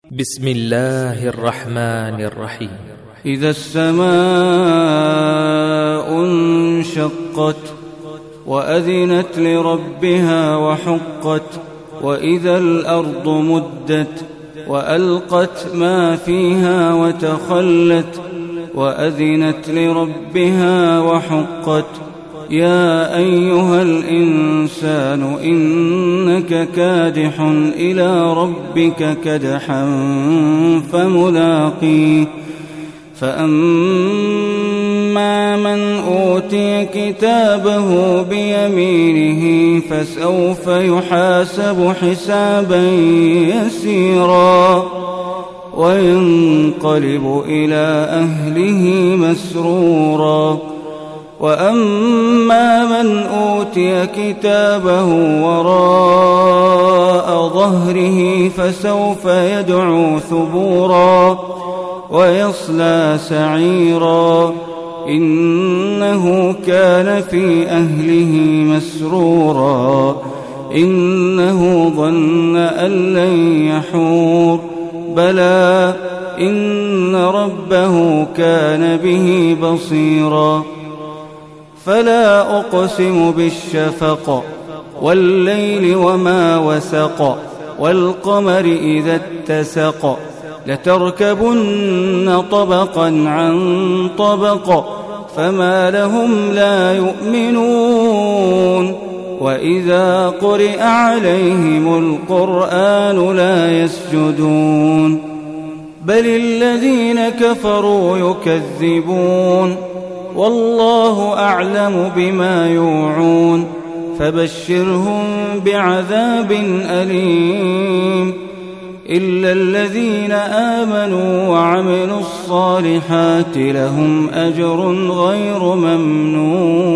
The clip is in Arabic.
بسم الله الرحمن الرحيم. إذا السماء انشقت وأذنت لربها وحقت وإذا الأرض مدت وألقت ما فيها وتخلت وأذنت لربها وحقت يا أيها الإنسان إنك كادح إلى ربك كدحا فملاقيه فأما من أوتي كتابه بيمينه فسوف يحاسب حسابا يسيرا وينقلب إلى أهله مسرورا وأما من أوتي كتابه وراء ظهره فسوف يدعو ثبورا ويصلى سعيرا إنه كان في أهله مسرورا إنه ظن أن لن يحور بلى إن ربه كان به بصيرا فلا أقسم بالشفق والليل وما وسق والقمر إذا اتسق لتركبن طبقا عن طبق فما لهم لا يؤمنون وإذا قرئ عليهم القرآن لا يسجدون بل الذين كفروا يكذبون والله أعلم بما يوعون فبشرهم بعذاب أليم إلا الذين آمنوا وعملوا الصالحات لهم أجر غير ممنون.